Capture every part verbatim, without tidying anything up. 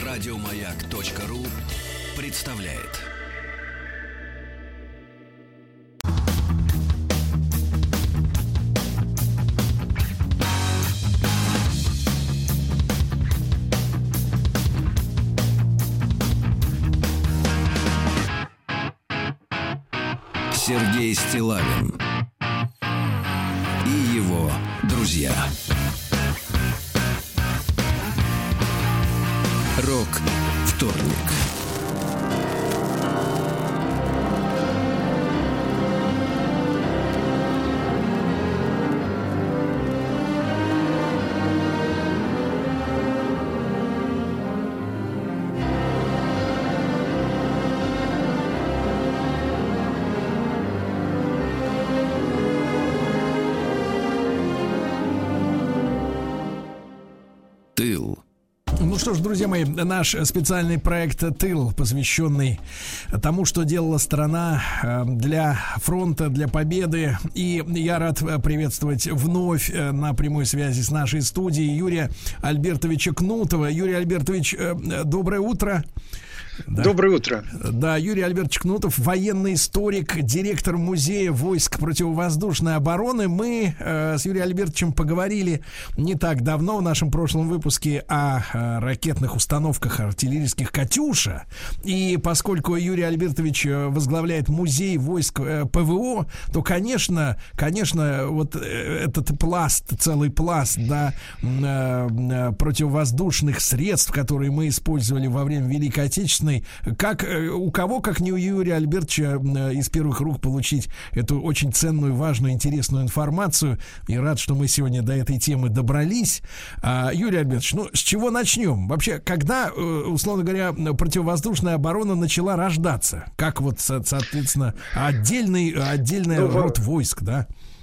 Радиомаяк.ру представляет. Сергей Стиллавин и его друзья. Рок-вторник. Тыл. Ну что ж, друзья мои, наш специальный проект «Тыл», посвященный тому, что делала страна для фронта, для победы. И я рад приветствовать вновь на прямой связи с нашей студией Юрия Альбертовича Кнутова. Юрий Альбертович, доброе утро. Да. Доброе утро. Да, Юрий Альбертович Кнутов, военный историк, директор музея войск противовоздушной обороны. Мы э, с Юрием Альбертовичем поговорили не так давно в нашем прошлом выпуске о э, ракетных установках артиллерийских «Катюша». И поскольку Юрий Альбертович возглавляет музей войск э, ПВО, то, конечно, конечно, вот этот пласт, целый пласт, да, э, противовоздушных средств, которые мы использовали во время Великой Отечественной, как у кого, как не у Юрия Альбертовича, из первых рук получить эту очень ценную, важную, интересную информацию. И рад, что мы сегодня до этой темы добрались. А, Юрий Альбертович, ну с чего начнем? Вообще, когда, условно говоря, противовоздушная оборона начала рождаться? Как вот, соответственно, отдельный, отдельный ну, род войск, да?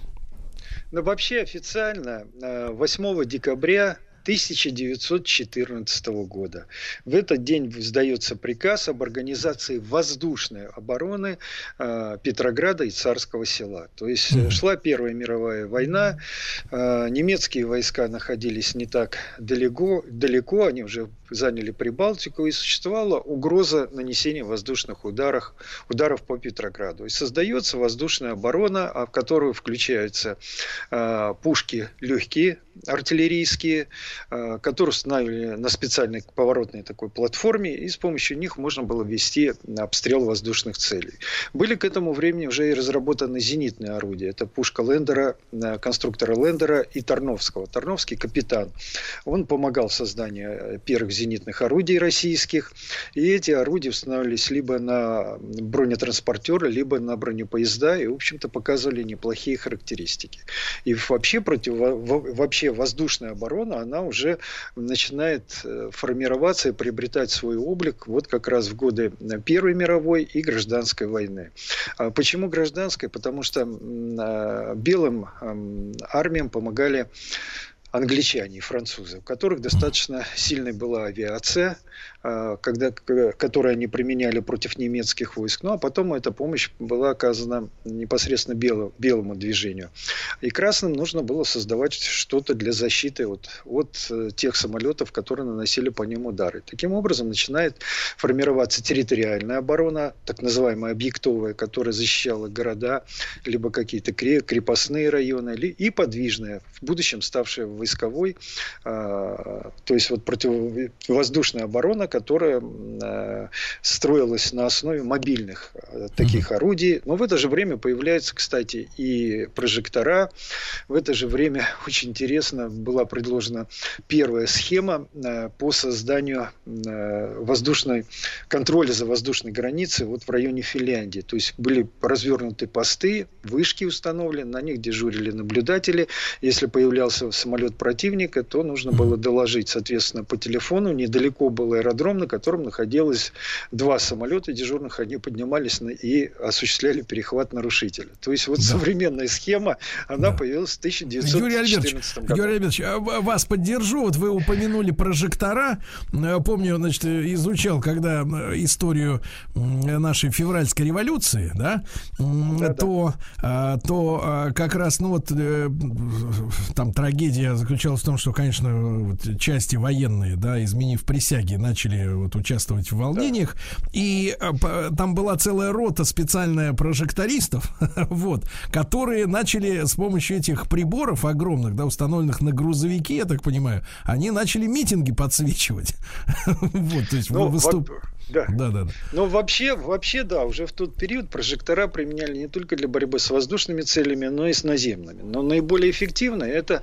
Ну, вообще официально восьмого декабря тысяча девятьсот четырнадцатого года. В этот день издается приказ об организации воздушной обороны э, Петрограда и Царского Села. То есть mm-hmm. шла Первая мировая война, э, немецкие войска находились не так далеко, далеко, они уже заняли Прибалтику, и существовала угроза нанесения воздушных ударов, ударов по Петрограду. И создается воздушная оборона, в которую включаются э, пушки легкие, артиллерийские, которые устанавливали на специальной поворотной такой платформе, и с помощью них можно было вести обстрел воздушных целей. Были к этому времени уже и разработаны зенитные орудия. Это пушка Лендера, конструктора Лендера и Тарновского. Тарновский капитан. Он помогал в создании первых зенитных орудий российских, и эти орудия устанавливались либо на бронетранспортеры, либо на бронепоезда, и, в общем-то, показывали неплохие характеристики. И вообще, против, вообще воздушная оборона, она уже начинает формироваться и приобретать свой облик вот как раз в годы Первой мировой и Гражданской войны. Почему гражданской? Потому что белым армиям помогали англичане и французы, у которых достаточно сильной была авиация, когда, которую они применяли против немецких войск. Ну, а потом эта помощь была оказана непосредственно белому, белому движению. И красным нужно было создавать что-то для защиты от, от тех самолетов, которые наносили по ним удары. Таким образом, начинает формироваться территориальная оборона, так называемая объектовая, которая защищала города, либо какие-то крепостные районы, и подвижная, в будущем ставшая войсковой, то есть вот противовоздушная оборона, которая э, строилась на основе мобильных э, таких mm-hmm. орудий. Но в это же время появляются, кстати, и прожектора. В это же время, очень интересно, была предложена первая схема э, по созданию э, воздушной, контроля за воздушной границей вот в районе Финляндии. То есть были развернуты посты, вышки установлены, на них дежурили наблюдатели. Если появлялся самолет противника, то нужно было доложить, соответственно, по телефону. Недалеко был аэродром, на котором находилось два самолета дежурных, они поднимались на, и осуществляли перехват нарушителя. То есть вот да. современная схема, она да. появилась в тысяча девятьсот четырнадцатом году. Юрий Альбертович, вас поддержу. Вот вы упомянули прожектора. Помню, значит, изучал, когда историю нашей февральской революции, да, да то, да. то как раз, ну вот там трагедия заключалась в том, что, конечно, вот части военные, да, изменив присяги, начали вот участвовать в волнениях, да. И а, там была целая рота специальная прожектористов, вот, которые начали с помощью этих приборов огромных, да, установленных на грузовики, я так понимаю, они начали митинги подсвечивать. Вот, то есть выступ... Да. Да, да, да. Но вообще, вообще, да, уже в тот период прожектора применяли не только для борьбы с воздушными целями, но и с наземными. Но наиболее эффективно это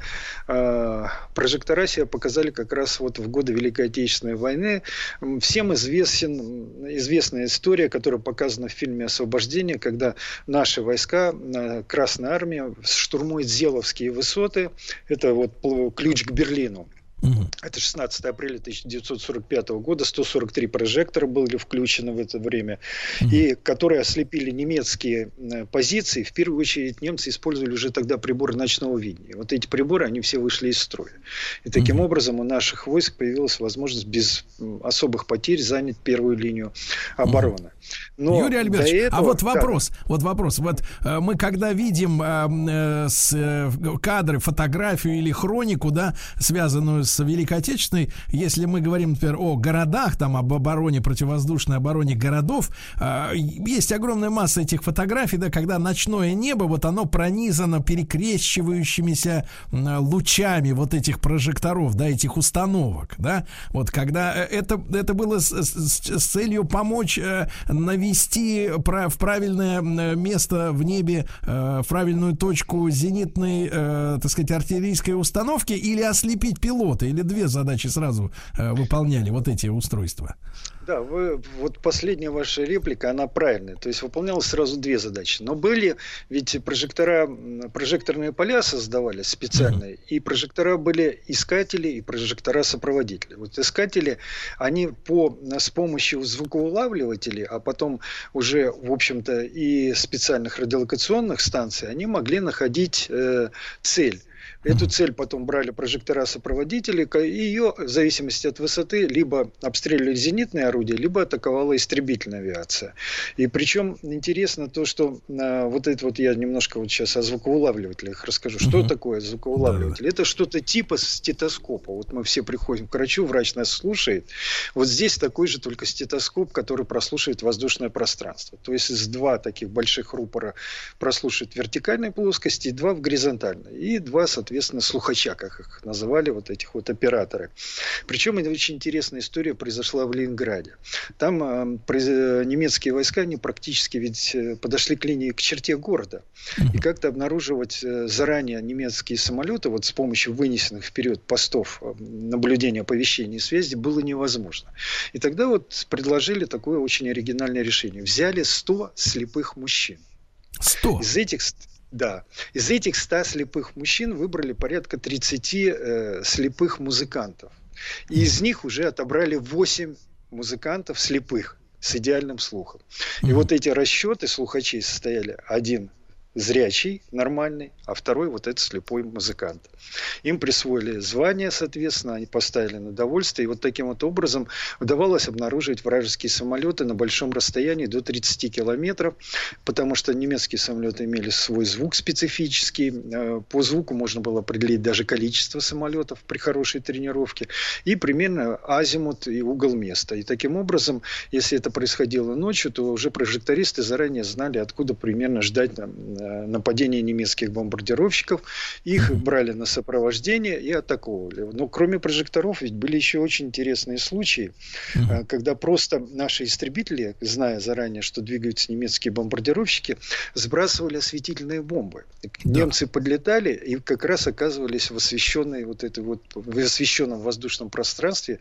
э, прожектора себя показали как раз вот в годы Великой Отечественной войны. Всем известен, известная история, которая показана в фильме «Освобождение», когда наши войска, Красная Армия, штурмует Зеловские высоты. Это вот ключ к Берлину. Это шестнадцатое апреля тысяча девятьсот сорок пятого года, сто сорок три прожектора были включены в это время, и которые ослепили немецкие позиции. В первую очередь немцы использовали уже тогда приборы ночного видения. Вот эти приборы, они все вышли из строя. И таким образом у наших войск появилась возможность без особых потерь занять первую линию обороны. Но Юрий Альбертович, этого... а вот вопрос, да. вот вопрос, вот э, мы когда видим э, с, э, кадры, фотографию или хронику, да, связанную с Великой Отечественной, если мы говорим, например, о городах, там, об обороне, противовоздушной обороне городов, э, есть огромная масса этих фотографий, да, когда ночное небо, вот оно пронизано перекрещивающимися э, лучами вот этих прожекторов, да, этих установок, да, вот когда это, это было с, с, с целью помочь э, навести в правильное место в небе, в правильную точку зенитной, так сказать, артиллерийской установки, или ослепить пилота, или две задачи сразу выполняли вот эти устройства? Да, вы, вот последняя ваша реплика, она правильная. То есть выполнялось сразу две задачи. Но были, ведь прожектора, прожекторные поля создавались специальные, mm-hmm. и прожектора были искатели и прожектора-сопроводители. Вот искатели, они по, с помощью звукоулавливателей, а потом уже, в общем-то, и специальных радиолокационных станций, они могли находить э, цель. Эту цель потом брали прожектора-сопроводители, и ее, в зависимости от высоты, либо обстреливали зенитные орудия, либо атаковала истребительная авиация. И причем интересно то, что а, вот это вот я немножко вот сейчас о звукоулавливателях расскажу. Что uh-huh. такое звукоулавливатель? Да-да. Это что-то типа стетоскопа. Вот мы все приходим к врачу, врач нас слушает. Вот здесь такой же, только стетоскоп, который прослушивает воздушное пространство. То есть из два таких больших рупора прослушивает в вертикальной плоскости, и два в горизонтальной. И два, соответственно, слухача, как их называли вот этих вот операторы. Причем это очень интересная история произошла в Ленинграде. Там э, э, немецкие войска, они практически ведь подошли к линии, к черте города. И как-то обнаруживать э, заранее немецкие самолеты вот с помощью вынесенных вперед постов э, наблюдения, оповещения и связи было невозможно. И тогда вот предложили такое очень оригинальное решение. Взяли сто слепых мужчин. сто? Из этих... Да. Из этих ста слепых мужчин выбрали порядка тридцати э, слепых музыкантов. И из них уже отобрали восемь музыкантов слепых с идеальным слухом. И mm-hmm. вот эти расчеты слухачей состояли: один зрячий, нормальный, а второй вот этот слепой музыкант. Им присвоили звание, соответственно, они поставили на довольствие, и вот таким вот образом удавалось обнаруживать вражеские самолеты на большом расстоянии до тридцати километров, потому что немецкие самолеты имели свой звук специфический, по звуку можно было определить даже количество самолетов при хорошей тренировке, и примерно азимут и угол места. И таким образом, если это происходило ночью, то уже прожектористы заранее знали, откуда примерно ждать нападения немецких бомбардировщиков. Их брали на сопровождение и атаковывали. Но кроме прожекторов ведь были еще очень интересные случаи, mm-hmm. когда просто наши истребители, зная заранее, что двигаются немецкие бомбардировщики, сбрасывали осветительные бомбы. Да. Немцы подлетали и как раз оказывались в освещенной вот этой вот в освещенном воздушном пространстве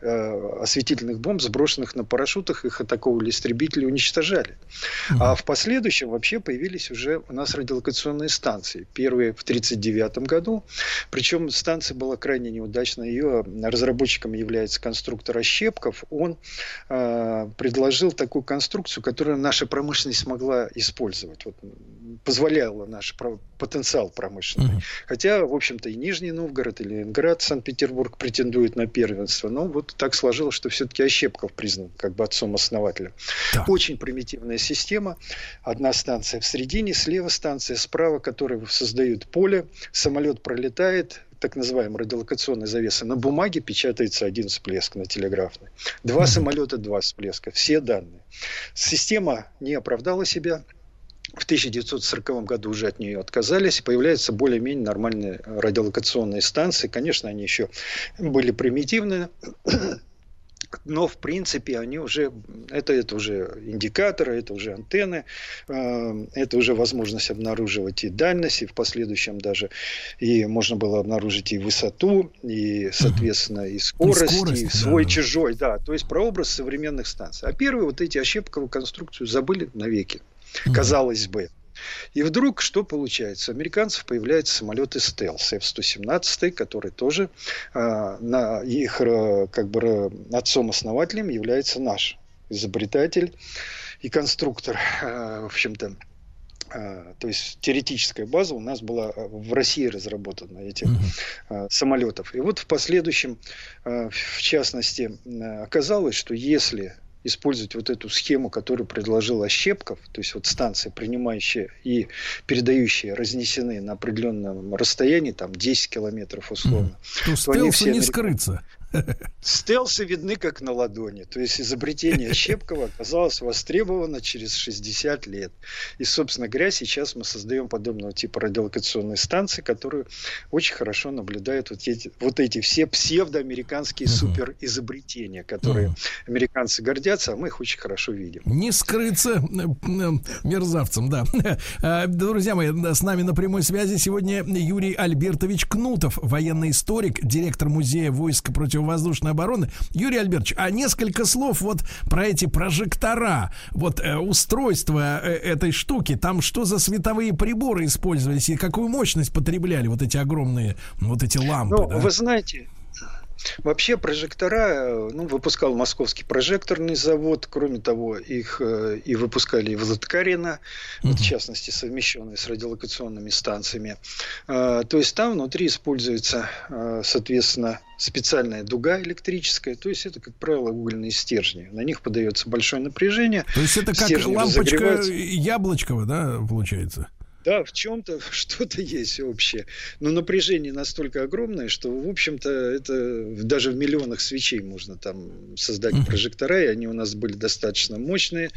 э, осветительных бомб, сброшенных на парашютах, их атаковывали истребители, уничтожали. Mm-hmm. А в последующем вообще появились уже у нас радиолокационные станции. Первые в тридцать девятом году. Причем станция была крайне неудачна. Ее разработчиком является конструктор Ощепков. Он э, предложил такую конструкцию, которую наша промышленность могла использовать. Вот, позволяла наш про- потенциал промышленный. Mm-hmm. Хотя, в общем-то, и Нижний Новгород, и Ленинград, Санкт-Петербург претендуют на первенство. Но вот так сложилось, что все-таки Ощепков признан как бы отцом-основателем. Да. Очень примитивная система. Одна станция в середине, слева станция, справа, которые создают поле. Самолет пролетает, так называемой радиолокационной завесы, на бумаге печатается один всплеск, на телеграфной. Два mm-hmm. самолета, два всплеска. Все данные. Система не оправдала себя. В тысяча девятьсот сороковом году уже от нее отказались. Появляются более-менее нормальные радиолокационные станции. Конечно, они еще были примитивные. Но, в принципе, они уже, это, это уже индикаторы, это уже антенны, э, это уже возможность обнаруживать и дальность, и в последующем даже и можно было обнаружить и высоту, и, соответственно, и скорость, и, скорость, и свой-чужой. Да. Да, то есть прообраз современных станций. А первые вот эти ощепковую конструкцию забыли навеки, казалось бы. И вдруг что получается? У американцев появляются самолеты стелс эф сто семнадцать, которые тоже э, на их э, как бы отцом-основателем является наш изобретатель и конструктор. Э, в общем-то, э, то есть теоретическая база у нас была в России разработана этих э, самолетов. И вот в последующем, э, в частности, э, оказалось, что если использовать вот эту схему, которую предложил Ощепков, то есть вот станции, принимающие и передающие, разнесены на определенном расстоянии, там десять километров условно. Mm. То, то стелсу не скрыться. Стелсы видны как на ладони. То есть изобретение Ощепкова оказалось востребовано через шестьдесят лет. И, собственно говоря, сейчас мы создаем подобного типа радиолокационные станции, которые очень хорошо наблюдают вот эти, вот эти все псевдоамериканские uh-huh. суперизобретения, которые uh-huh. американцы гордятся, а мы их очень хорошо видим. Не скрыться мерзавцам, да. Друзья мои, с нами на прямой связи сегодня Юрий Альбертович Кнутов, военный историк, директор музея войск противовоздушной обороны. Юрий Альбертович, а несколько слов вот про эти прожектора, вот э, устройство э, этой штуки, там что за световые приборы использовались и какую мощность потребляли вот эти огромные, вот эти лампы? Ну, да? Вы знаете, вообще прожектора, ну, выпускал Московский прожекторный завод, кроме того, их э, и выпускали и в Лыткарино, uh-huh. вот, в частности, совмещенные с радиолокационными станциями. Э, то есть там внутри используется, э, соответственно, специальная дуга электрическая, то есть это, как правило, угольные стержни. На них подается большое напряжение. То есть это как лампочка Яблочкова, да, получается? Да, в чем-то что-то есть общее. Но напряжение настолько огромное, что, в общем-то, это даже в миллионах свечей можно там создать uh-huh. прожектора, и они у нас были достаточно мощные.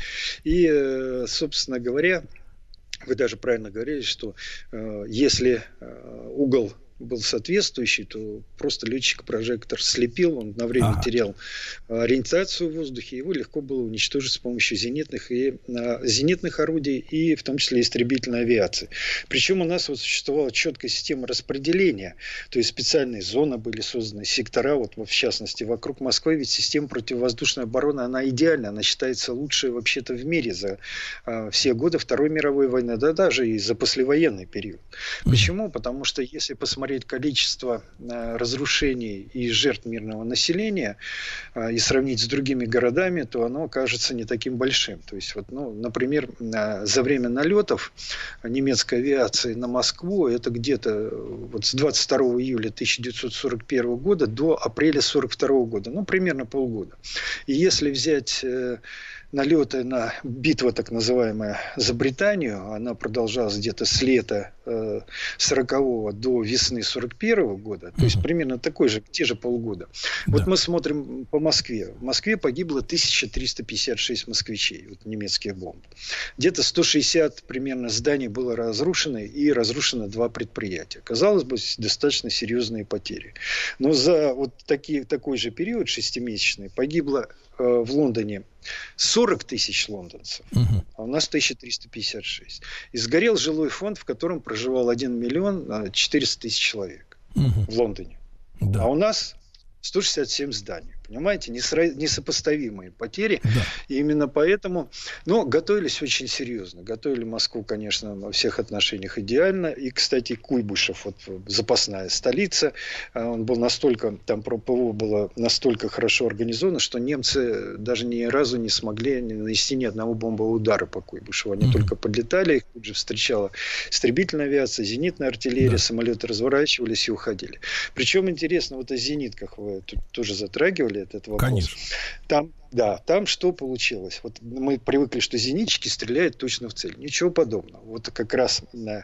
И, собственно говоря, вы даже правильно говорили, что э, если э, угол был соответствующий, то просто летчик-прожектор слепил, он на время ага. терял ориентацию в воздухе, его легко было уничтожить с помощью зенитных, и, а, зенитных орудий и в том числе истребительной авиации. Причем у нас вот существовала четкая система распределения, то есть специальные зоны были созданы, сектора, вот в частности вокруг Москвы, ведь система противовоздушной обороны, она идеальна, она считается лучшей вообще-то в мире за а, все годы Второй мировой войны, да даже и за послевоенный период. Почему? Потому что если посмотреть количество э, разрушений и жертв мирного населения э, и сравнить с другими городами, то оно кажется не таким большим. То есть, вот, ну, например, э, за время налетов немецкой авиации на Москву, это где-то вот, с двадцать второго июля тысяча девятьсот сорок первого года до апреля сорок второго года, ну, примерно полгода. И если взять э, налеты на битву, так называемая, за Британию, она продолжалась где-то с лета э, сорокового до весны сорок первого года, то есть примерно такой же, те же полгода. Да. Вот мы смотрим по Москве. В Москве погибло тысяча триста пятьдесят шесть москвичей, вот, немецких бомб. Где-то сто шестьдесят примерно зданий было разрушено, и разрушено два предприятия. Казалось бы, достаточно серьезные потери. Но за вот такие, такой же период, шестимесячный, погибло э, в Лондоне сорок тысяч лондонцев, uh-huh. а у нас тысяча триста пятьдесят шесть. И сгорел жилой фонд, в котором проживал один миллион четыреста тысяч человек uh-huh. в Лондоне. Да. А у нас сто шестьдесят семь зданий. Понимаете, несопоставимые потери. Да. И именно поэтому, но готовились очень серьезно. Готовили Москву, конечно, во всех отношениях идеально. И, кстати, Куйбышев, вот, запасная столица, он был настолько, там ПВО было настолько хорошо организовано, что немцы даже ни разу не смогли нанести ни одного бомбового удара по Куйбышеву. Они mm-hmm. только подлетали, их тут же встречала истребительная авиация, зенитная артиллерия, да. самолеты разворачивались и уходили. Причем интересно, вот о зенитках вы тут тоже затрагивали этот вопрос. Конечно. Там, да, там что получилось? Вот мы привыкли, что зенитчики стреляют точно в цель. Ничего подобного. Вот как раз на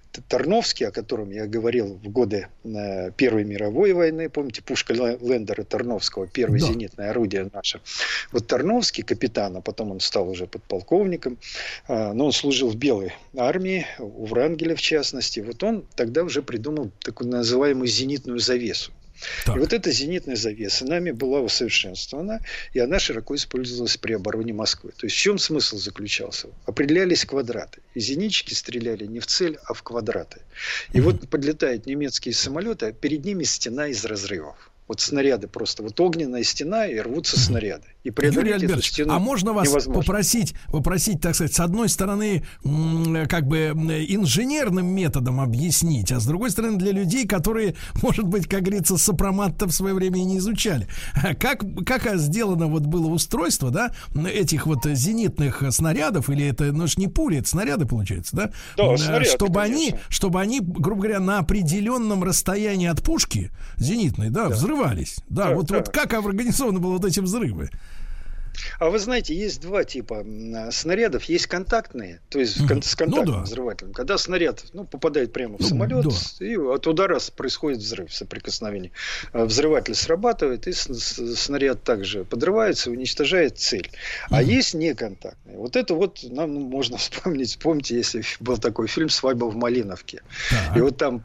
Тарновский, о котором я говорил в годы Первой мировой войны, помните, пушка Лендера Тарновского, первое да. зенитное орудие наше. Вот Тарновский, капитан, а потом он стал уже подполковником, но он служил в Белой армии, у Врангеля в частности. Вот он тогда уже придумал такую называемую зенитную завесу. Так. И вот эта зенитная завеса нами была усовершенствована, и она широко использовалась при обороне Москвы. То есть в чем смысл заключался? Определялись квадраты. И зенитчики стреляли не в цель, а в квадраты. И mm-hmm. вот подлетают немецкие самолеты, а перед ними стена из разрывов. Вот снаряды просто. Вот огненная стена, и рвутся снаряды. И преодолеть эту стену а можно вас невозможно. попросить, попросить, так сказать, с одной стороны, как бы инженерным методом объяснить, а с другой стороны, для людей, которые, может быть, как говорится, сопромат-то в свое время и не изучали. Как, как сделано вот было устройство, да, этих вот зенитных снарядов, или это, ну, ж не пули, это снаряды, получается, да? Да, снаряды, чтобы конечно. они, чтобы они, грубо говоря, на определенном расстоянии от пушки зенитной, да, да. взрывались. Да, да, вот, да. вот как организованы были вот эти взрывы? А вы знаете, есть два типа снарядов. Есть контактные, то есть mm-hmm. с контактным ну, да. взрывателем. Когда снаряд ну, попадает прямо в самолет, да. и от удара происходит взрыв, соприкосновение. Взрыватель срабатывает, и снаряд также подрывается и уничтожает цель. Mm-hmm. А есть неконтактные. Вот это вот нам можно вспомнить. Помните, если был такой фильм «Свадьба в Малиновке». Mm-hmm. И вот там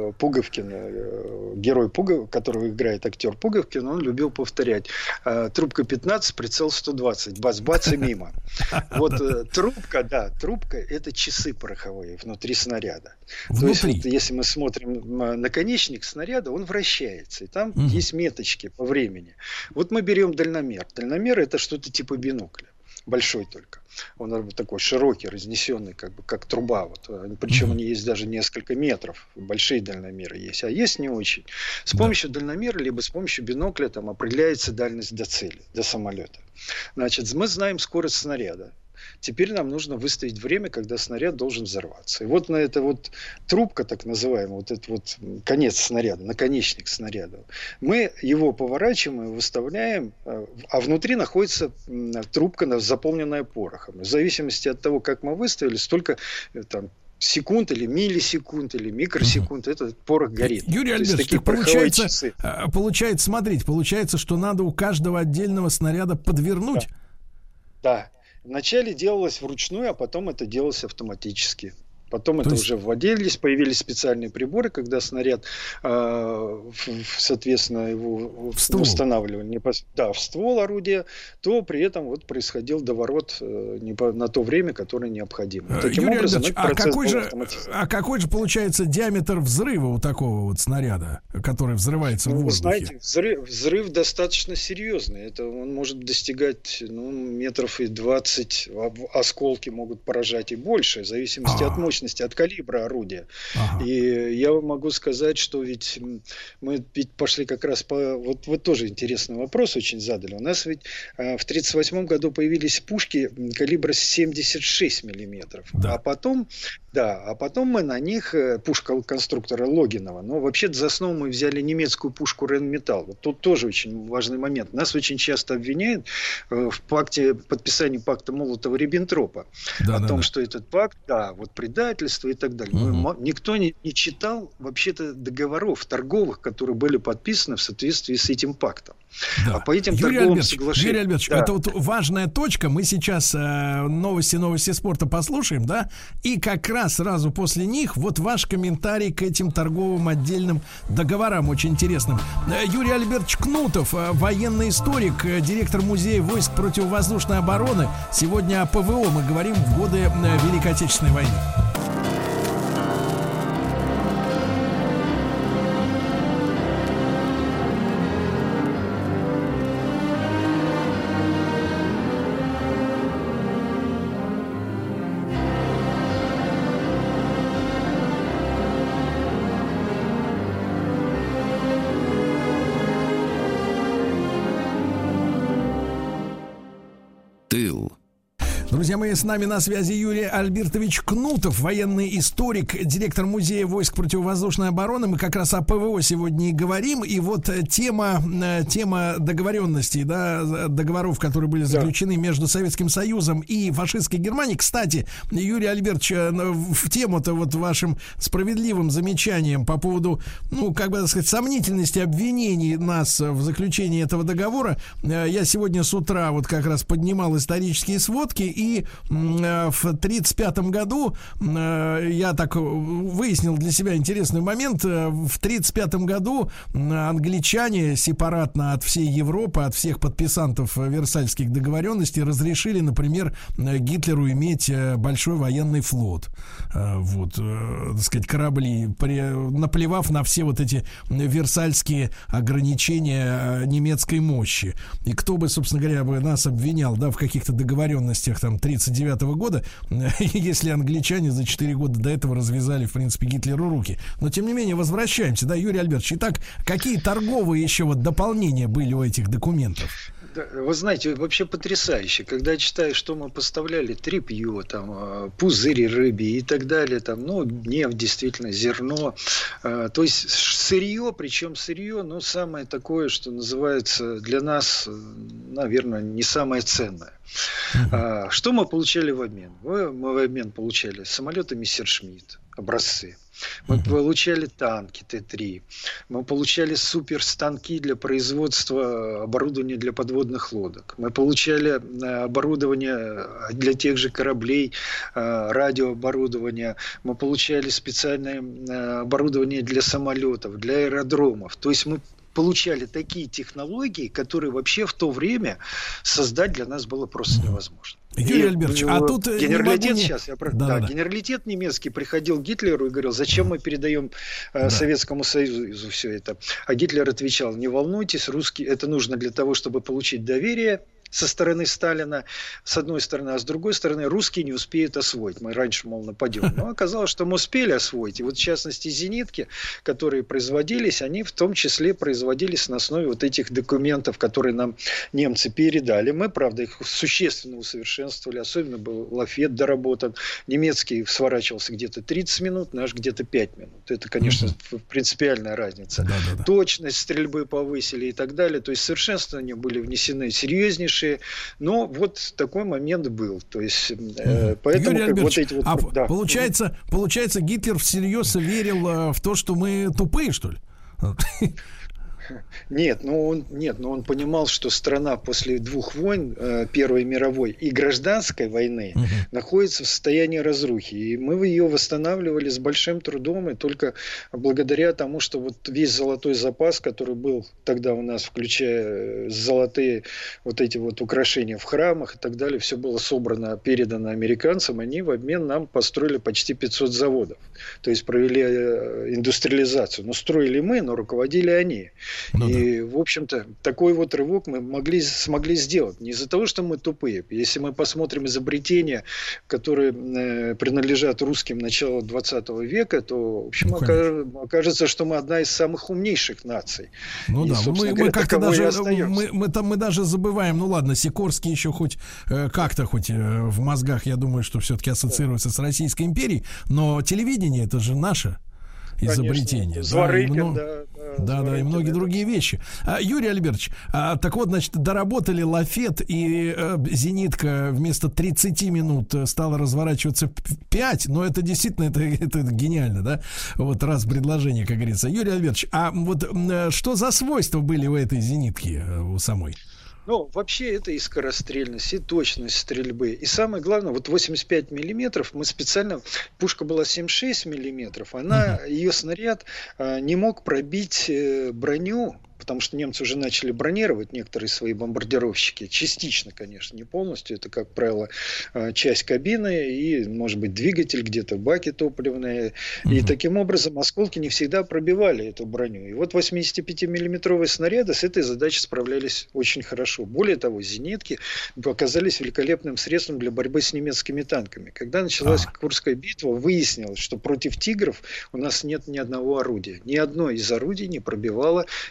Пуговкин, герой Пугов, которого играет актер Пуговкин, он любил повторять: трубка пятнадцать, прицел сто двадцать, бац-бац и мимо. Вот э, трубка, да, трубка — это часы пороховые внутри снаряда. Внутри. То есть, вот, если мы смотрим на наконечник снаряда, он вращается, и там угу. есть меточки по времени. Вот мы берем дальномер. Дальномер — это что-то типа бинокля. Большой только. Он такой широкий, разнесенный, как бы как труба. Вот. Причем mm-hmm. они есть даже несколько метров. Большие дальномеры есть. А есть не очень. С помощью да. дальномера, либо с помощью бинокля там определяется дальность до цели, до самолета. Значит, мы знаем скорость снаряда. Теперь нам нужно выставить время, когда снаряд должен взорваться. И вот на это вот трубка, так называемая, вот этот вот конец снаряда, наконечник снаряда, мы его поворачиваем и выставляем, а внутри находится трубка, заполненная порохом. В зависимости от того, как мы выставили, столько там секунд или миллисекунд или микросекунд, uh-huh. этот порох горит. Юрий Альбертович, получается, получается, смотрите, получается, что надо у каждого отдельного снаряда подвернуть. Да. да. Вначале делалось вручную, а потом это делалось автоматически. Потом То это есть... уже вводились, появились специальные приборы, когда снаряд, э, соответственно, его в устанавливали не по, да, в ствол орудия, то при этом вот происходил доворот э, не по, на то время, которое необходимо. Таким Юрий образом, а, какой же, а какой же получается диаметр взрыва у такого вот снаряда, который взрывается ну, в воздухе? Вы знаете, взрыв, взрыв достаточно серьезный. Это он может достигать ну, метров и двадцать, осколки могут поражать и больше, в зависимости А-а-а. от мощности, от калибра орудия. Ага. И я могу сказать, что ведь мы ведь пошли как раз по... Вот вы тоже интересный вопрос очень задали. У нас ведь а, в тридцать восьмом году появились пушки калибра семьдесят шесть миллиметров. Да. А потом... Да, а потом мы на них, пушка конструктора Логинова, но вообще за основу мы взяли немецкую пушку Рейнметалл. Вот тут тоже очень важный момент. Нас очень часто обвиняют в пакте, подписании пакта Молотова-Риббентропа да, о да, том, да. что этот пакт, да, вот предательство и так далее. Угу. Никто не, не читал вообще-то договоров торговых, которые были подписаны в соответствии с этим пактом. Да. А по этим Юрий торговым Альбертович, соглашениям... Юрий Альбертович, да. это вот важная точка. Мы сейчас э, новости, новости спорта послушаем, да, и как раз сразу после них вот ваш комментарий к этим торговым отдельным договорам очень интересным. Юрий Альбертович Кнутов, военный историк, директор музея войск противовоздушной обороны. Сегодня о ПВО мы говорим в годы Великой Отечественной войны. Друзья мои, с нами на связи Юрий Альбертович Кнутов, военный историк, директор музея войск противовоздушной обороны. Мы как раз о ПВО сегодня и говорим. И вот тема, тема договоренностей, да, договоров, которые были заключены да. между Советским Союзом и фашистской Германией. Кстати, Юрий Альбертович, в тему-то вот вашим справедливым замечанием по поводу, ну, как бы так сказать, сомнительности обвинений нас в заключении этого договора, я сегодня с утра вот как раз поднимал исторические сводки, и И в тридцать пятом году я так выяснил для себя интересный момент. В тридцать пятом году англичане сепаратно от всей Европы, от всех подписантов Версальских договоренностей разрешили, например, Гитлеру иметь большой военный флот. Вот, так сказать, корабли, наплевав на все вот эти версальские ограничения немецкой мощи. И кто бы, собственно говоря, бы нас обвинял, да, в каких-то договоренностях там тридцать девятого года, если англичане за четыре года до этого развязали, в принципе, Гитлеру руки. Но, тем не менее, возвращаемся, да, Юрий Альбертович. Итак, какие торговые еще вот дополнения были у этих документов? Вы знаете, вообще потрясающе. Когда я читаю, что мы поставляли, тряпье, там, пузыри рыбьи и так далее, там, ну, нефть, действительно, зерно. То есть сырье, причем сырье, ну, самое такое, что называется для нас, наверное, не самое ценное. Uh-huh. Что мы получали в обмен? Мы, мы в обмен получали самолеты Мессершмитт, образцы. Мы uh-huh. получали танки Т три. Мы получали суперстанки для производства оборудования для подводных лодок. Мы получали оборудование для тех же кораблей, радиооборудование. Мы получали специальное оборудование для самолетов, для аэродромов. То есть мы получали такие технологии, которые вообще в то время создать для нас было просто невозможно. Юрий Альбертович, а тут генералитет не... сейчас, я прав... да, да, да. генералитет немецкий приходил к Гитлеру и говорил, зачем мы передаем э, да. Советскому Союзу все это? А Гитлер отвечал, не волнуйтесь, русские, это нужно для того, чтобы получить доверие со стороны Сталина, с одной стороны, а с другой стороны, русские не успеют освоить. Мы раньше, мол, нападем. Но оказалось, что мы успели освоить. И вот, в частности, зенитки, которые производились, они в том числе производились на основе вот этих документов, которые нам немцы передали. Мы, правда, их существенно усовершенствовали. Особенно был лафет доработан. Немецкий сворачивался где-то тридцать минут, наш где-то пять минут. Это, конечно, uh-huh. принципиальная разница. Да-да-да. Точность стрельбы повысили и так далее. То есть совершенствования были внесены серьезнейшие. Но вот такой момент был. То есть, э, поэтому Юрий вот эти вот... А да. получается, получается, Гитлер всерьез верил э, в то, что мы тупые, что ли? Нет, но он, нет, но он понимал, что страна после двух войн, э, Первой мировой и гражданской войны, uh-huh. находится в состоянии разрухи. И мы ее восстанавливали с большим трудом, и только благодаря тому, что вот весь золотой запас, который был тогда у нас, включая золотые вот эти вот украшения в храмах и так далее, все было собрано, передано американцам, они в обмен нам построили почти пятьсот заводов. То есть провели индустриализацию. Но строили мы, но руководили они. Ну, и, да. в общем-то, такой вот рывок мы могли, смогли сделать. Не из-за того, что мы тупые. Если мы посмотрим изобретения, которые э, принадлежат русским начала двадцатого века, то, в общем, ну, окажется, окажется, что мы одна из самых умнейших наций. Ну и, да, мы, говоря, мы как-то даже, мы, мы, там, мы даже забываем, ну ладно, Сикорский еще хоть э, как-то, хоть э, в мозгах, я думаю, что все-таки ассоциируется да. с Российской империей, но телевидение это же наше изобретение. Зворыкин, да, и, много, да, да, да, да, и многие это... другие вещи. А, Юрий Альбертович, а, так вот, значит, доработали лафет, и а, зенитка вместо тридцати минут стала разворачиваться пять, но это действительно, это, это гениально, да? Вот раз предложение, как говорится. Юрий Альбертович, а вот что за свойства были у этой зенитки, у самой? Ну, вообще это и скорострельность, и точность стрельбы. И самое главное, вот восемьдесят пять миллиметров, мы специально, пушка была семьдесят шесть миллиметров, она, uh-huh. ее снаряд а, не мог пробить э, броню, потому что немцы уже начали бронировать некоторые свои бомбардировщики, частично, конечно, не полностью, это, как правило, часть кабины и, может быть, двигатель, где-то баки топливные, uh-huh. и таким образом осколки не всегда пробивали эту броню. И вот восьмидесятипятимиллиметровые снаряды с этой задачей справлялись очень хорошо. Более того, зенитки оказались великолепным средством для борьбы с немецкими танками. Когда началась uh-huh. Курская битва, выяснилось, что против «Тигров» у нас нет ни одного орудия. Ни одно из орудий не пробивало немецкие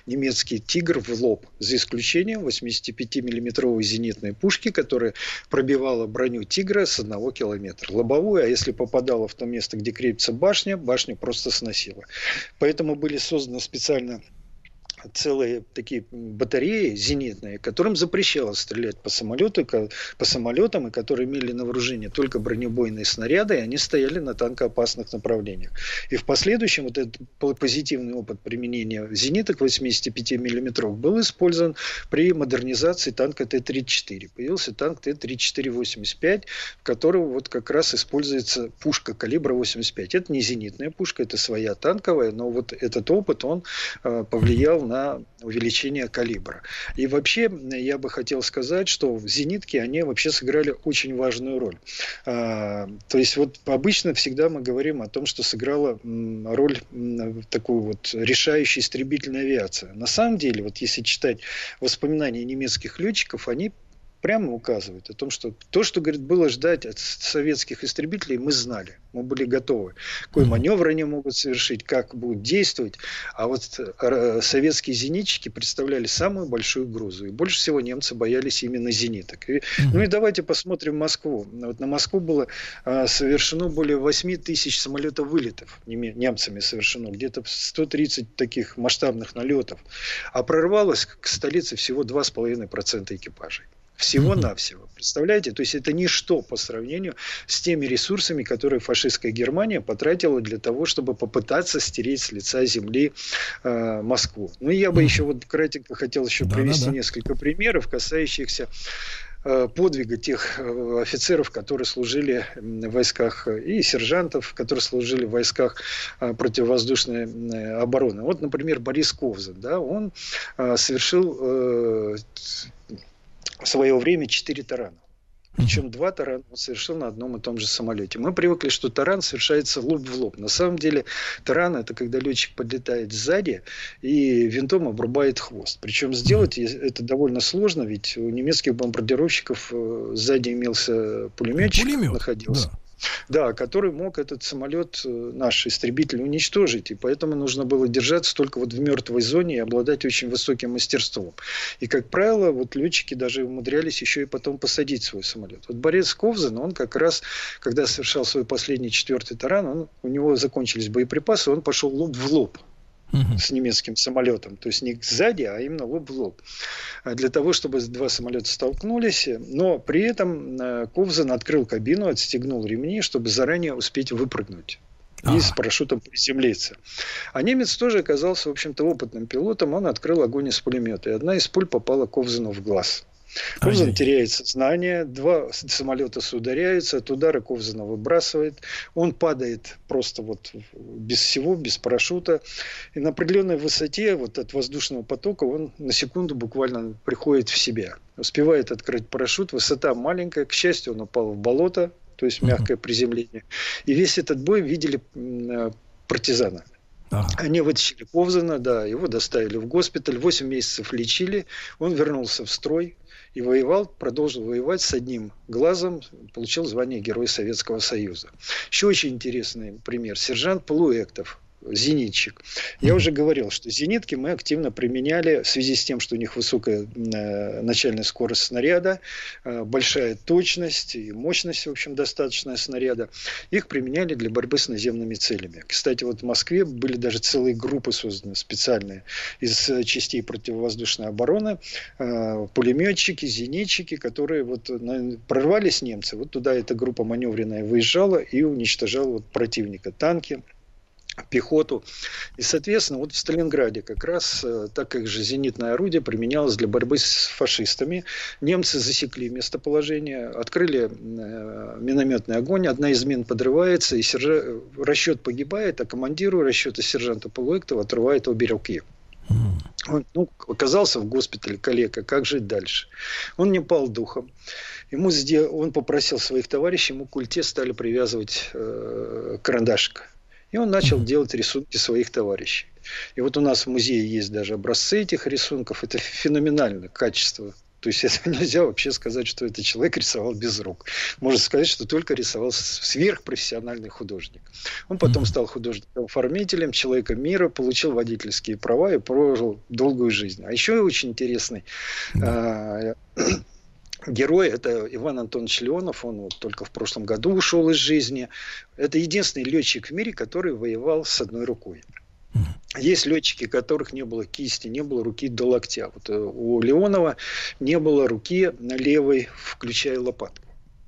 немецкий «Тигр» в лоб, за исключением восьмидесятипятимиллиметровой зенитной пушки, которая пробивала броню «Тигра» с одного километра. Лобовую, а если попадала в то место, где крепится башня, башню просто сносила. Поэтому были созданы специально целые такие батареи зенитные, которым запрещалось стрелять по самолету, по самолетам, и которые имели на вооружении только бронебойные снаряды, и они стояли на танкоопасных направлениях. И в последующем вот этот позитивный опыт применения зениток восьмидесятипятимиллиметровых был использован при модернизации танка Т тридцать четыре. Появился танк Т тридцать четыре восемьдесят пять, в котором вот как раз используется пушка калибра восемьдесят пять. Это не зенитная пушка, это своя танковая, но вот этот опыт, он э, повлиял на на увеличение калибра. И вообще, я бы хотел сказать, что зенитки, они вообще сыграли очень важную роль. А, то есть, вот обычно всегда мы говорим о том, что сыграла м, роль м, такую вот решающая истребительная авиация. На самом деле, вот если читать воспоминания немецких летчиков, они прямо указывает о том, что то, что, говорит, было ждать от советских истребителей, мы знали, мы были готовы. Какой маневр они могут совершить, как будут действовать. А вот советские зенитчики представляли самую большую угрозу. И больше всего немцы боялись именно зениток. И, ну и давайте посмотрим Москву. Вот на Москву было а, совершено более восемь тысяч самолетов вылетов. Немцами совершено. Где-то сто тридцать таких масштабных налетов. А прорвалось к столице всего два с половиной процента экипажей. Всего-навсего. Представляете? То есть это ничто по сравнению с теми ресурсами, которые фашистская Германия потратила для того, чтобы попытаться стереть с лица земли э, Москву. Ну и я бы еще вот кратенько хотел еще да, привести да, да. несколько примеров, касающихся э, подвига тех э, офицеров, которые служили в войсках, и сержантов, которые служили в войсках э, противовоздушной э, обороны. Вот, например, Борис Ковзан. Да, он э, совершил э, в свое время четыре тарана. Причем два тарана он совершил на одном и том же самолете. Мы привыкли, что таран совершается лоб в лоб. На самом деле таран — это когда летчик подлетает сзади и винтом обрубает хвост. Причем сделать это довольно сложно, ведь у немецких бомбардировщиков сзади имелся пулеметчик, Пулемет, находился. Да. Да, который мог этот самолет, наш истребитель, уничтожить. И поэтому нужно было держаться только вот в мертвой зоне и обладать очень высоким мастерством. И, как правило, вот летчики даже умудрялись еще и потом посадить свой самолет. Вот Борис Ковзан, он как раз, когда совершал свой последний четвертый таран, он, у него закончились боеприпасы, он пошел лоб в лоб с немецким самолетом. То есть не сзади, а именно лоб в лоб. Для того, чтобы два самолета столкнулись. Но при этом Ковзан открыл кабину, отстегнул ремни, чтобы заранее успеть выпрыгнуть и с парашютом приземлиться. А немец тоже оказался, в общем-то, опытным пилотом. Он открыл огонь из пулемета. И одна из пуль попала Ковзану в глаз. Ковзан теряет сознание, два самолета соударяются, от удара Ковзана выбрасывает, он падает просто вот без всего, без парашюта, и на определенной высоте вот от воздушного потока он на секунду буквально приходит в себя, успевает открыть парашют, высота маленькая, к счастью, он упал в болото, то есть мягкое приземление, и весь этот бой видели партизаны. Ага. Они вытащили Ковзана, да, его доставили в госпиталь, восемь месяцев лечили, он вернулся в строй и воевал, продолжил воевать с одним глазом, получил звание Героя Советского Союза. Еще очень интересный пример. Сержант Полуэктов, зенитчик. Я уже говорил, что зенитки мы активно применяли в связи с тем, что у них высокая э, начальная скорость снаряда, э, большая точность и мощность, в общем, достаточная снаряда. Их применяли для борьбы с наземными целями. Кстати, вот в Москве были даже целые группы созданы специальные из частей противовоздушной обороны, э, пулеметчики, зенитчики, которые вот на, прорвались немцы. Вот туда эта группа маневренная выезжала и уничтожала вот противника, танки, пехоту. И, соответственно, вот в Сталинграде как раз, так как же зенитное орудие применялось для борьбы с фашистами, немцы засекли местоположение, открыли э, минометный огонь, одна из мин подрывается, и сержа... расчет погибает, а командиру расчета сержанта Полуэктова отрывает обе руки. Он ну, оказался в госпитале, калека, как жить дальше? Он не пал духом. Ему сдел... Он попросил своих товарищей, ему к культе стали привязывать э, карандашик. И он начал делать рисунки своих товарищей. И вот у нас в музее есть даже образцы этих рисунков. Это феноменальное качество То есть это нельзя вообще сказать, что этот человек рисовал без рук. Можно сказать, что только рисовал сверхпрофессиональный художник. Он потом стал художником-оформителем, человеком мира, получил водительские права и прожил долгую жизнь. А еще очень интересный да. герой — это Иван Антонович Леонов. Он вот только в прошлом году ушел из жизни. Это единственный летчик в мире, который воевал с одной рукой. Есть летчики, у которых не было кисти, не было руки до локтя. Вот у Леонова не было руки левой, включая лопатку.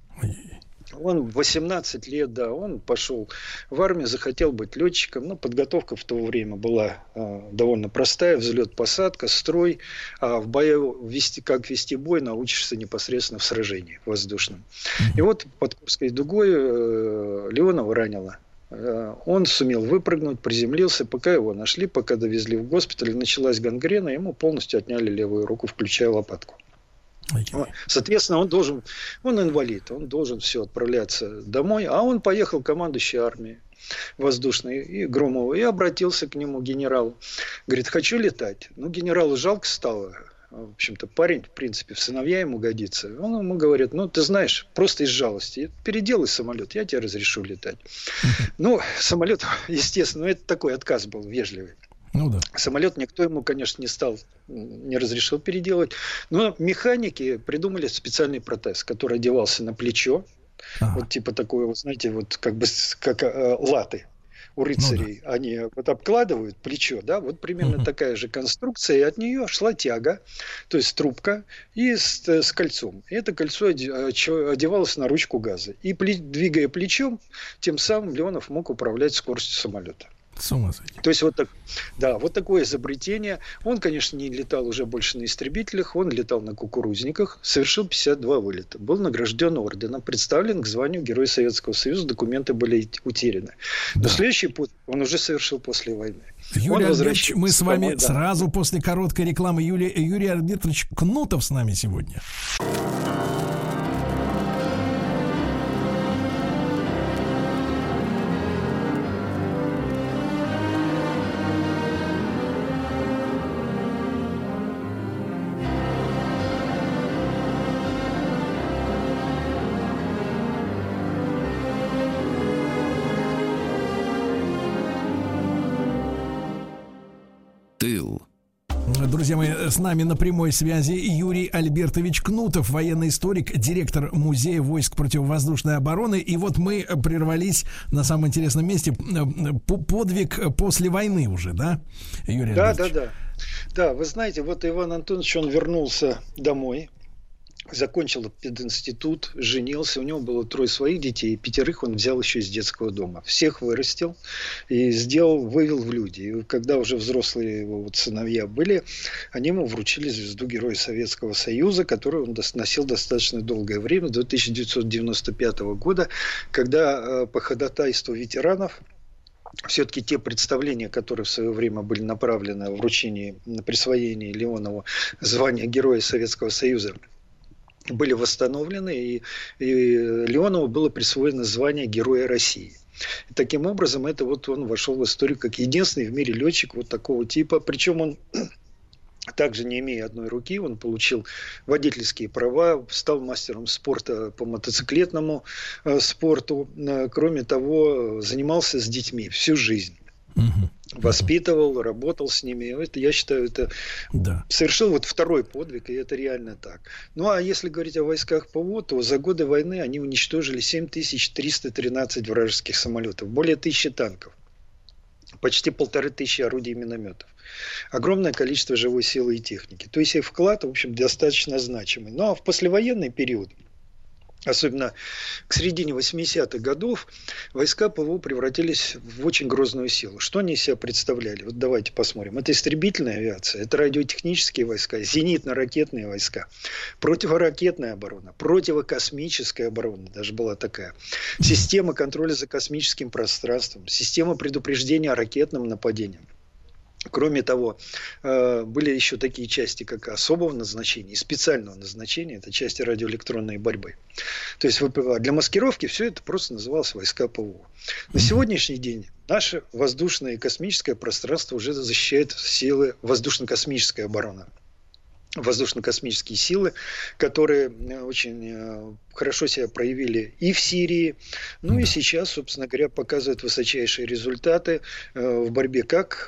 Он в восемнадцать лет, да, он пошел в армию, захотел быть летчиком. Ну, подготовка в то время была э, довольно простая. Взлет, посадка, строй. А в бою, вести, как вести бой, научишься непосредственно в сражении воздушном. И вот под Курской дугой э, Леонова ранило. Э, он сумел выпрыгнуть, приземлился. Пока его нашли, пока довезли в госпиталь, началась гангрена, ему полностью отняли левую руку, включая лопатку. Соответственно, он должен, он инвалид, он должен все отправляться домой, а он поехал командующий армией воздушной и Громова и обратился к нему генерал, говорит, хочу летать. Ну, генералу жалко стало, в общем-то, парень, в принципе, в сыновья ему годится. Он ему говорит, ну, ты знаешь, просто из жалости, переделай самолет, я тебе разрешу летать. Ну, самолет, естественно, это такой отказ был вежливый. Ну, да. Самолет никто ему, конечно, не стал, не разрешил переделать. Но механики придумали специальный протез, который одевался на плечо. Ага. Вот типа такой, вот, знаете, вот как бы как э, латы у рыцарей. Ну, да. Они вот обкладывают плечо, да, вот примерно угу. такая же конструкция, и от нее шла тяга, то есть трубка, и с, с кольцом. И это кольцо одевалось на ручку газа. И двигая плечом, тем самым Леонов мог управлять скоростью самолета. С ума сойти. То есть вот, так, да, вот такое изобретение. Он, конечно, не летал уже больше на истребителях, он летал на кукурузниках, совершил пятьдесят два вылета, был награжден орденом, представлен к званию Героя Советского Союза, документы были утеряны. Но да. следующий путь он уже совершил после войны. Юрий Альбертович, мы с вами домой, да. сразу после короткой рекламы. Юлия, Юрий Альбертович Кнутов с нами сегодня. Друзья мои, с нами на прямой связи Юрий Альбертович Кнутов, военный историк, директор Музея войск противовоздушной обороны. И вот мы прервались на самом интересном месте. Подвиг после войны уже, да, Юрий да, Альбертович? Да, да, да. Да, вы знаете, вот Иван Антонович, он вернулся домой, закончил пединститут, женился, у него было трое своих детей, и пятерых он взял еще из детского дома. Всех вырастил и сделал, вывел в люди. И когда уже взрослые его вот сыновья были, они ему вручили звезду Героя Советского Союза, которую он носил достаточно долгое время, до тысяча девятьсот девяносто пятого года, когда по ходатайству ветеранов все-таки те представления, которые в свое время были направлены в вручении, на присвоение Леонову звания Героя Советского Союза, были восстановлены, и, и Леонову было присвоено звание Героя России. И таким образом, это вот он вошел в историю как единственный в мире летчик вот такого типа. Причем он, также не имея одной руки, он получил водительские права, стал мастером спорта по мотоциклетному э, спорту. Э, кроме того, занимался с детьми всю жизнь. Угу. Воспитывал, работал с ними. Это, я считаю, это да. совершил вот второй подвиг, и это реально так. Ну, а если говорить о войсках ПВО, то за годы войны они уничтожили семь тысяч триста тринадцать вражеских самолетов, более тысячи танков, почти полторы тысячи орудий и минометов. Огромное количество живой силы и техники. То есть их вклад, в общем, достаточно значимый. Ну, а в послевоенный период, особенно к середине восьмидесятых годов, войска ПВО превратились в очень грозную силу. Что они из себя представляли? Вот давайте посмотрим. Это истребительная авиация, это радиотехнические войска, зенитно-ракетные войска, противоракетная оборона, противокосмическая оборона, даже была такая, система контроля за космическим пространством, система предупреждения о ракетном нападении. Кроме того, были еще такие части, как особого назначения и специального назначения. Это части радиоэлектронной борьбы. То есть для маскировки все это просто называлось войска ПВО. На сегодняшний день наше воздушное и космическое пространство уже защищает силы воздушно-космической обороны. воздушно-космические силы, которые очень хорошо себя проявили и в Сирии, ну и сейчас, собственно говоря, показывают высочайшие результаты в борьбе как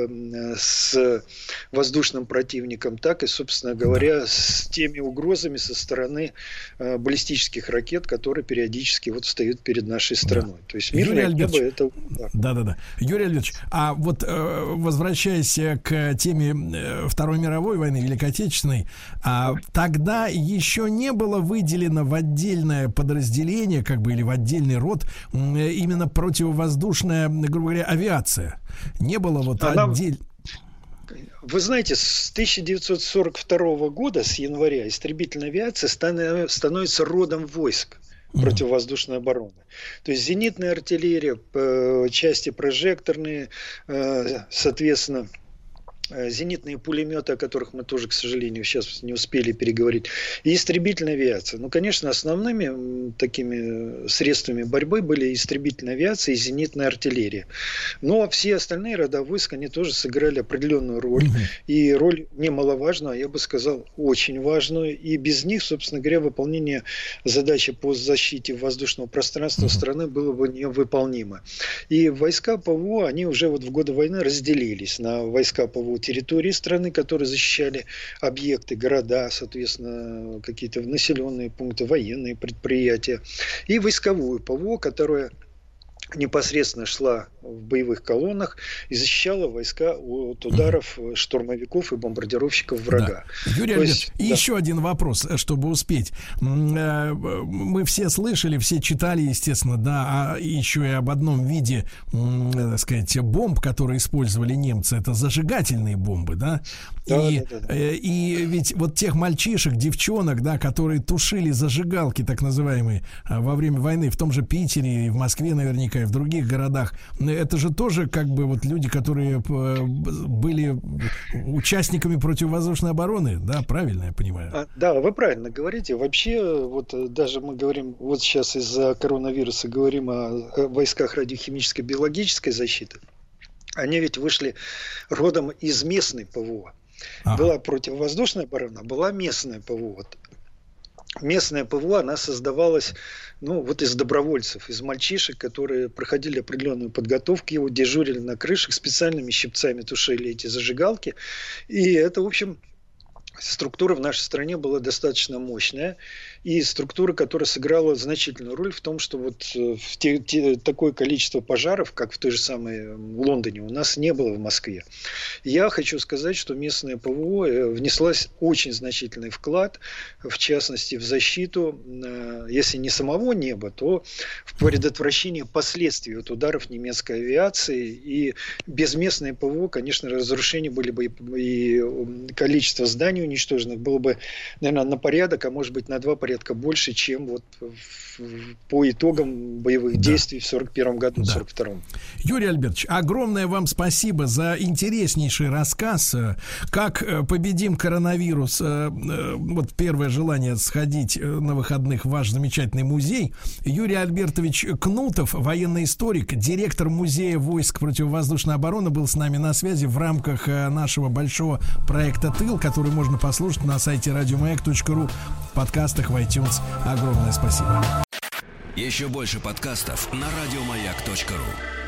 с воздушным противником, так и, собственно говоря, с теми угрозами со стороны баллистических ракет, которые периодически вот встают перед нашей страной. То есть мирное небо это... Да-да-да. Юрий Альбертович, а вот возвращаясь к теме Второй мировой войны, Великой Отечественной, а тогда еще не было выделено в отдельное подразделение, как бы, или в отдельный род именно противовоздушная, грубо говоря, авиация. Не было вот отдельно. Вы знаете, с тысяча девятьсот сорок второго года, с января, истребительная авиация становится родом войск противовоздушной обороны. То есть зенитная артиллерия, части прожекторные, соответственно, зенитные пулеметы, о которых мы тоже, к сожалению, сейчас не успели переговорить, и истребительная авиация. Ну, конечно, основными такими средствами борьбы были истребительная авиация и зенитная артиллерия. Но все остальные рода войск, они тоже сыграли определенную роль. Mm-hmm. И роль немаловажную, я бы сказал, очень важную. И без них, собственно говоря, выполнение задачи по защите воздушного пространства mm-hmm. страны было бы невыполнимо. И войска ПВО, они уже вот в годы войны разделились на войска ПВО территории страны, которые защищали объекты, города, соответственно, какие-то населенные пункты, военные предприятия, и войсковую ПВО, которая непосредственно шла в боевых колоннах и защищала войска от ударов штурмовиков и бомбардировщиков врага. Да. Юрий Альбертович, и да. еще один вопрос, чтобы успеть. Мы все слышали, все читали, естественно, да, а еще и об одном виде, так сказать, бомб, которые использовали немцы, это зажигательные бомбы, да? Да, и, да, да, да. и ведь вот тех мальчишек, девчонок, да, которые тушили зажигалки, так называемые, во время войны, в том же Питере и в Москве наверняка, и в других городах, это же тоже как бы вот люди, которые были участниками противовоздушной обороны, да, правильно я понимаю? А, да, вы правильно говорите. Вообще, вот даже мы говорим, вот сейчас из-за коронавируса говорим о войсках радиохимической биологической защиты. Они ведь вышли родом из местной ПВО. Ага. Была противовоздушная оборона, была местная ПВО. Вот. Местная ПВО, она создавалась, ну, вот из добровольцев, из мальчишек, которые проходили определенную подготовку, его дежурили на крышах, специальными щипцами тушили эти зажигалки. И это, в общем, структура в нашей стране была достаточно мощная. И структура, которая сыграла значительную роль в том, что вот в те, те, такое количество пожаров, как в той же самой Лондоне, у нас не было в Москве. Я хочу сказать, что местная ПВО внеслась очень значительный вклад, в частности, в защиту, если не самого неба, то в предотвращение последствий от ударов немецкой авиации. И без местной ПВО, конечно, разрушения были бы, и количество зданий уничтоженных было бы, наверное, на порядок, а может быть на два порядка больше, чем вот по итогам боевых да. действий в сорок первом году, в да. сорок втором. Юрий Альбертович, огромное вам спасибо за интереснейший рассказ. Как победим коронавирус? Вот первое желание сходить на выходных в ваш замечательный музей. Юрий Альбертович Кнутов, военный историк, директор музея войск противовоздушной обороны, был с нами на связи в рамках нашего большого проекта «Тыл», который можно послушать на сайте радиомаяк точка ру, в подкастах, в iTunes. Огромное спасибо. Еще больше подкастов на радиомаяк точка ру.